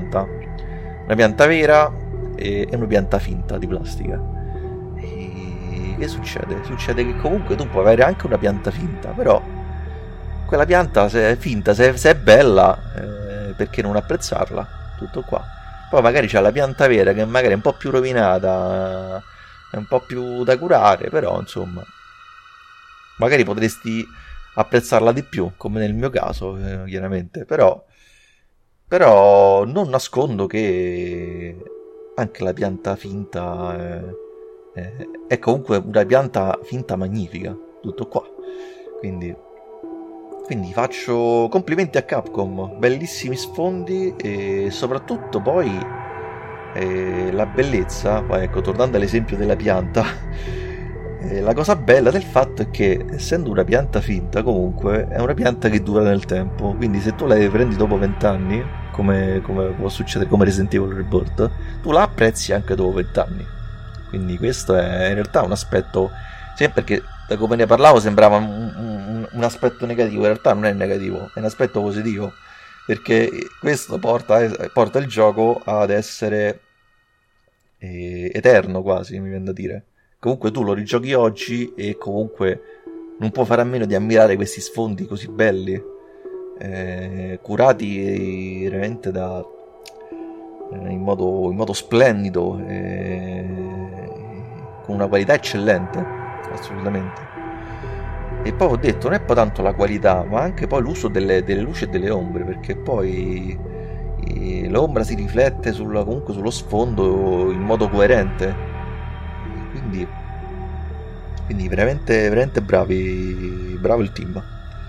vera e una pianta finta di plastica. E che succede? Succede che comunque tu puoi avere anche una pianta finta, però quella pianta, se è finta, se è bella, perché non apprezzarla? Tutto qua. Poi magari c'è la pianta vera che magari è un po' più rovinata, è un po' più da curare, però insomma magari potresti apprezzarla di più, come nel mio caso, chiaramente. Però non nascondo che anche la pianta finta è comunque una pianta finta magnifica. Tutto qua. Quindi faccio complimenti a Capcom, bellissimi sfondi, e soprattutto poi la bellezza. Poi ecco, tornando all'esempio della pianta, la cosa bella del fatto è che, essendo una pianta finta, comunque è una pianta che dura nel tempo. Quindi se tu la prendi dopo 20 anni, come può succedere come Resident Evil Rebirth, tu la apprezzi anche dopo 20 anni. Quindi questo è in realtà un aspetto, sempre perché da come ne parlavo sembrava un aspetto negativo, in realtà non è negativo, è un aspetto positivo, perché questo porta il gioco ad essere eterno, quasi, mi viene da dire. Comunque tu lo rigiochi oggi e comunque non può fare a meno di ammirare questi sfondi così belli, curati veramente in modo splendido, con una qualità eccellente, assolutamente. E poi ho detto, non è poi tanto la qualità, ma anche poi l'uso delle luci e delle ombre, perché poi l'ombra si riflette comunque sullo sfondo in modo coerente. Quindi veramente, veramente bravi, bravo il team.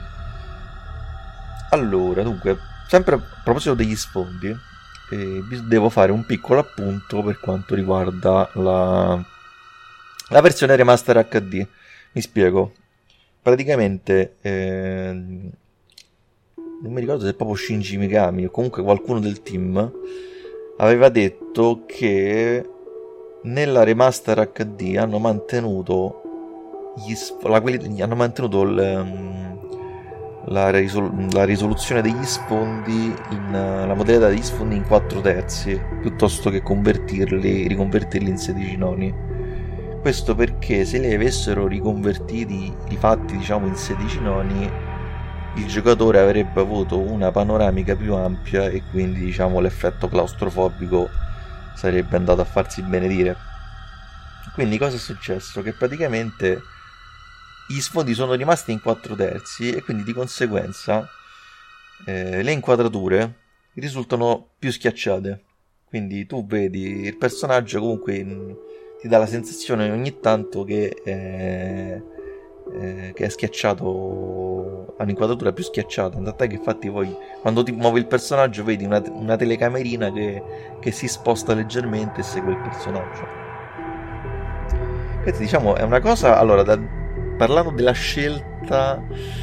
Allora, dunque, sempre a proposito degli sfondi, devo fare un piccolo appunto per quanto riguarda la versione remaster HD. Mi spiego. Praticamente non mi ricordo se è proprio Shinji Mikami o comunque qualcuno del team aveva detto che nella remaster HD hanno mantenuto la risoluzione degli sfondi, la modalità degli sfondi in 4/3 piuttosto che riconvertirli in 16 noni. Questo perché se li avessero rifatti diciamo in 16 noni, il giocatore avrebbe avuto una panoramica più ampia e quindi diciamo l'effetto claustrofobico sarebbe andato a farsi benedire. Quindi cosa è successo? Che praticamente gli sfondi sono rimasti in 4/3 e quindi di conseguenza le inquadrature risultano più schiacciate. Quindi tu vedi il personaggio comunque ti dà la sensazione ogni tanto che è schiacciato, ha un'inquadratura più schiacciata, tant'è che infatti poi quando ti muovi il personaggio vedi una telecamerina che si sposta leggermente e segue il personaggio. Quindi diciamo è una cosa, allora parlando della scelta,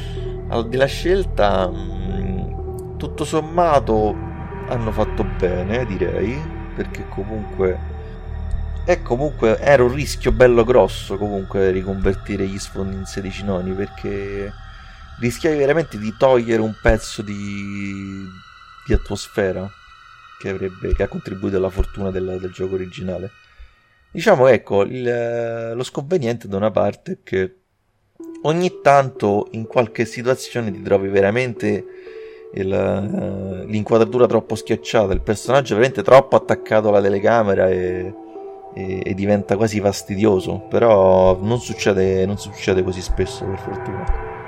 tutto sommato hanno fatto bene, direi, perché comunque era un rischio bello grosso comunque riconvertire gli sfondi in 16 noni, perché rischiavi veramente di togliere un pezzo di atmosfera che ha contribuito alla fortuna del gioco originale. Diciamo, ecco, lo sconveniente da una parte è che ogni tanto in qualche situazione ti trovi veramente l'inquadratura troppo schiacciata, il personaggio veramente troppo attaccato alla telecamera e diventa quasi fastidioso, però non succede così spesso, per fortuna.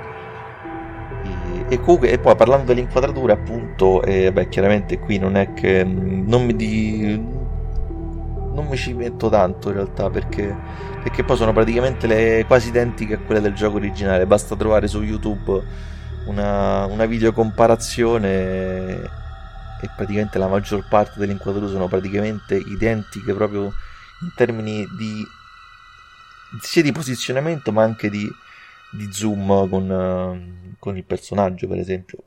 E comunque, e poi parlando dell'inquadratura, appunto, chiaramente qui non è che non mi ci metto tanto in realtà, perché poi sono praticamente quasi identiche a quelle del gioco originale. Basta trovare su YouTube una videocomparazione e praticamente la maggior parte delle inquadrature sono praticamente identiche, proprio in termini sia di posizionamento ma anche di zoom con il personaggio, per esempio.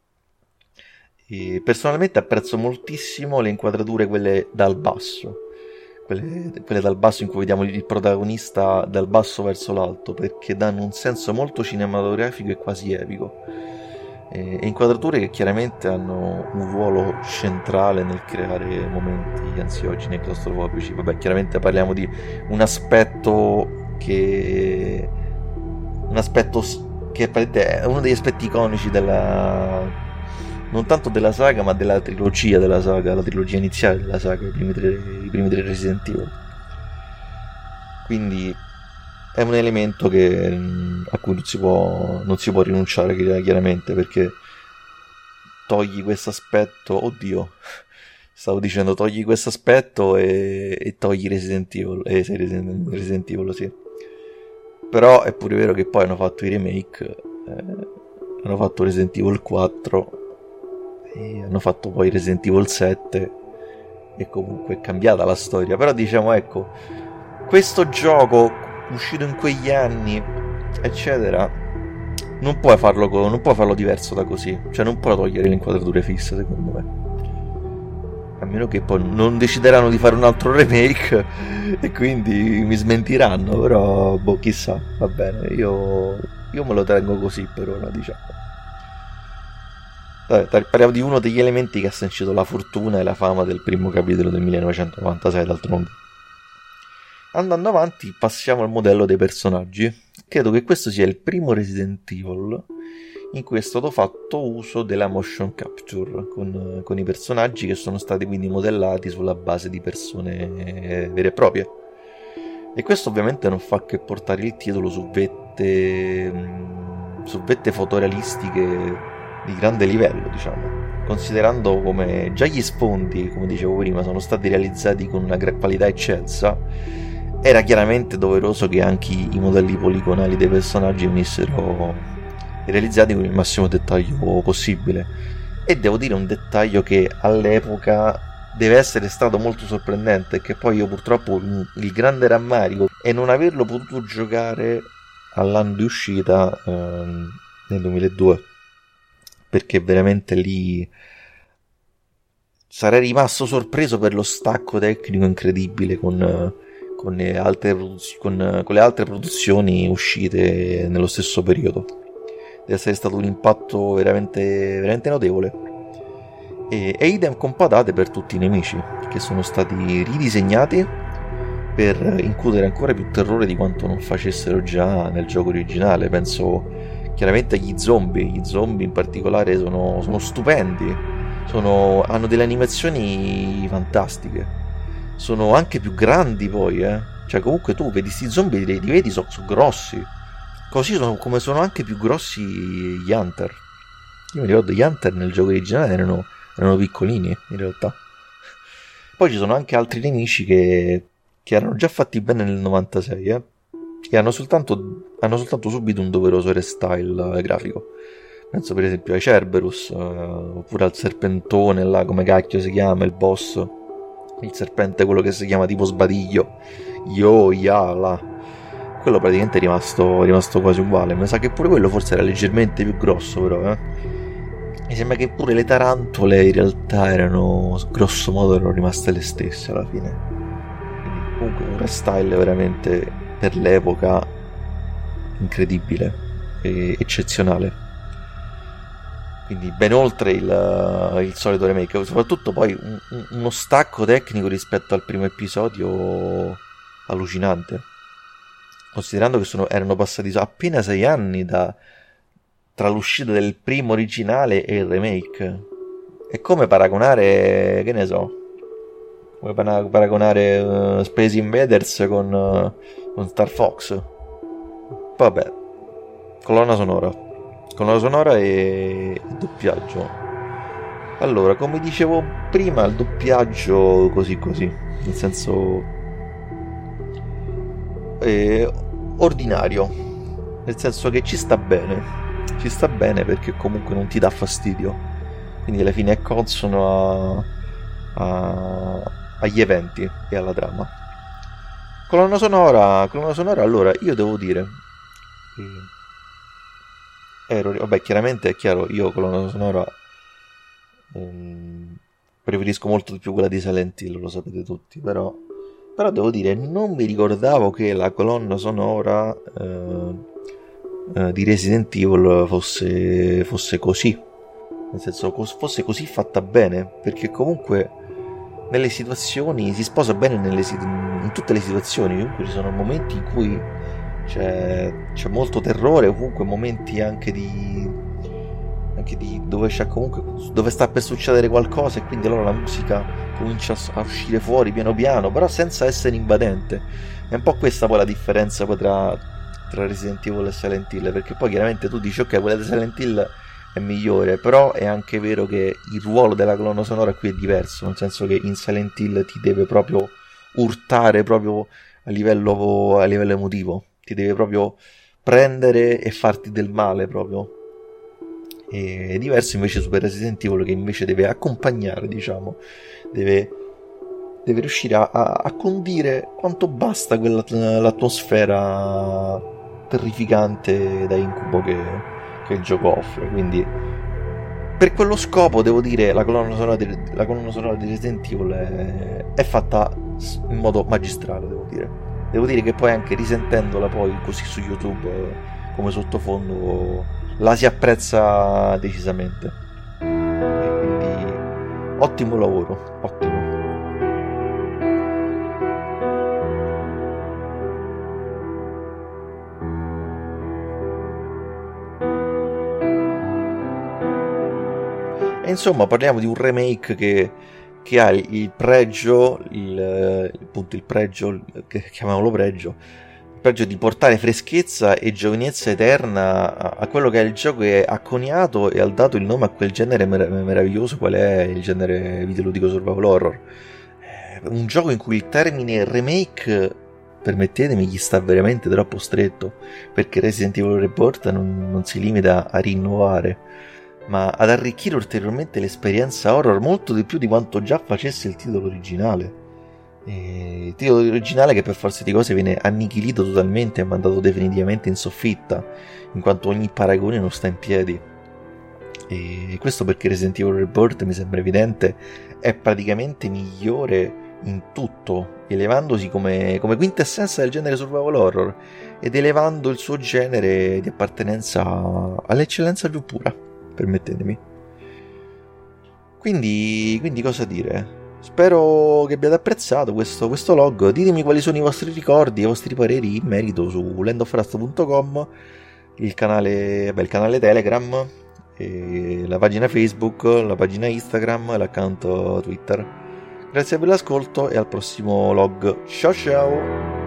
E personalmente apprezzo moltissimo le inquadrature quelle dal basso, quelle dal basso in cui vediamo il protagonista dal basso verso l'alto, perché danno un senso molto cinematografico e quasi epico. E inquadrature che chiaramente hanno un ruolo centrale nel creare momenti ansiogeni e claustrofobici. Vabbè, chiaramente parliamo di un aspetto che è uno degli aspetti iconici non tanto della saga ma della trilogia della saga, la trilogia iniziale della saga, i primi tre Resident Evil. Quindi è un elemento a cui non si può rinunciare, chiaramente, perché togli questo aspetto, togli questo aspetto e togli Resident Evil, Resident Evil, sì. Però è pure vero che poi hanno fatto i remake, hanno fatto Resident Evil 4 e hanno fatto poi Resident Evil 7 e comunque è cambiata la storia. Però diciamo, ecco, questo gioco uscito in quegli anni, eccetera, non puoi farlo diverso da così, cioè non puoi togliere le inquadrature fisse, secondo me, a meno che poi non decideranno di fare un altro remake e quindi mi smentiranno. Però chissà, va bene, io me lo tengo così per ora, diciamo. Parliamo di uno degli elementi che ha sancito la fortuna e la fama del primo capitolo del 1996, d'altronde. Andando avanti, passiamo al modello dei personaggi. Credo che questo sia il primo Resident Evil in cui è stato fatto uso della motion capture con i personaggi che sono stati quindi modellati sulla base di persone vere e proprie. E questo ovviamente non fa che portare il titolo su vette fotorealistiche di grande livello, diciamo, considerando come già gli sfondi, come dicevo prima, sono stati realizzati con una qualità eccelsa. Era chiaramente doveroso che anche i modelli poligonali dei personaggi venissero realizzati con il massimo dettaglio possibile. E devo dire un dettaglio che all'epoca deve essere stato molto sorprendente, che poi io purtroppo il grande rammarico è non averlo potuto giocare all'anno di uscita, nel 2002, perché veramente lì sarei rimasto sorpreso per lo stacco tecnico incredibile con le altre produzioni uscite nello stesso periodo. Deve essere stato un impatto veramente, veramente notevole. E idem con patate per tutti i nemici, che sono stati ridisegnati per includere ancora più terrore di quanto non facessero già nel gioco originale. Penso chiaramente agli zombie. Gli zombie in particolare sono stupendi, hanno delle animazioni fantastiche. Sono anche più grandi poi, cioè comunque tu vedi sti zombie, li vedi, sono grossi, così come sono anche più grossi gli hunter. Io mi ricordo gli Hunter nel gioco originale erano piccolini in realtà. Poi ci sono anche altri nemici che erano già fatti bene nel 96 e hanno soltanto subito un doveroso restyle grafico. Penso per esempio ai Cerberus, oppure al serpentone là, come cacchio si chiama, il boss, il serpente, quello che si chiama tipo sbadiglio, là. Quello praticamente è rimasto quasi uguale. Mi sa che pure quello forse era leggermente più grosso, però mi sembra che pure le tarantole in realtà grosso modo erano rimaste le stesse alla fine. Quindi comunque un restyle veramente per l'epoca incredibile e eccezionale. Quindi ben oltre il solito remake, soprattutto poi uno stacco tecnico rispetto al primo episodio allucinante, considerando che erano passati appena 6 anni tra l'uscita del primo originale e il remake. È come paragonare, che ne so, come paragonare Space Invaders con Star Fox. Vabbè, colonna sonora e doppiaggio. Allora, come dicevo prima, il doppiaggio così, nel senso ordinario, nel senso che ci sta bene perché comunque non ti dà fastidio, quindi alla fine è consono agli eventi e alla trama. Colonna sonora, allora io devo dire vabbè, chiaramente è chiaro, io colonna sonora preferisco molto di più quella di Silent Hill, lo sapete tutti, però devo dire, non mi ricordavo che la colonna sonora di Resident Evil fosse così, nel senso fosse così fatta bene, perché comunque nelle situazioni si sposa bene in tutte le situazioni. Comunque ci sono momenti in cui c'è molto terrore, comunque momenti anche di dove c'è comunque, dove sta per succedere qualcosa, e quindi allora la musica comincia a uscire fuori piano piano, però senza essere invadente. È un po' questa poi la differenza poi tra Resident Evil e Silent Hill, perché poi chiaramente tu dici ok, quella di Silent Hill è migliore, però è anche vero che il ruolo della colonna sonora qui è diverso, nel senso che in Silent Hill ti deve proprio urtare proprio a livello emotivo, ti deve proprio prendere e farti del male proprio. E è diverso invece Super Resident Evil, che invece deve accompagnare, diciamo, deve riuscire a condire quanto basta l'atmosfera terrificante da incubo che il gioco offre. Quindi per quello scopo devo dire la colonna sonora di Resident Evil è fatta in modo magistrale, devo dire che poi anche risentendola poi così su YouTube come sottofondo la si apprezza decisamente, e quindi ottimo lavoro, ottimo. E insomma parliamo di un remake che ha il pregio, chiamiamolo pregio, di portare freschezza e giovinezza eterna a quello che è il gioco che ha coniato e ha dato il nome a quel genere meraviglioso qual è il genere videoludico survival horror. Un gioco in cui il termine remake, permettetemi, gli sta veramente troppo stretto, perché Resident Evil Rebirth non si limita a rinnovare, ma ad arricchire ulteriormente l'esperienza horror molto di più di quanto già facesse il titolo originale. Il titolo originale che per forza di cose viene annichilito totalmente e mandato definitivamente in soffitta, in quanto ogni paragone non sta in piedi. E questo perché Resident Evil Rebirth, mi sembra evidente, è praticamente migliore in tutto, elevandosi come quintessenza del genere survival horror ed elevando il suo genere di appartenenza all'eccellenza più pura, permettetemi. Quindi cosa dire? Spero che abbiate apprezzato questo log. Ditemi quali sono i vostri ricordi e i vostri pareri in merito su landofrust.com, il canale Telegram, la pagina Facebook, la pagina Instagram e l'account Twitter. Grazie per l'ascolto e al prossimo log. Ciao ciao!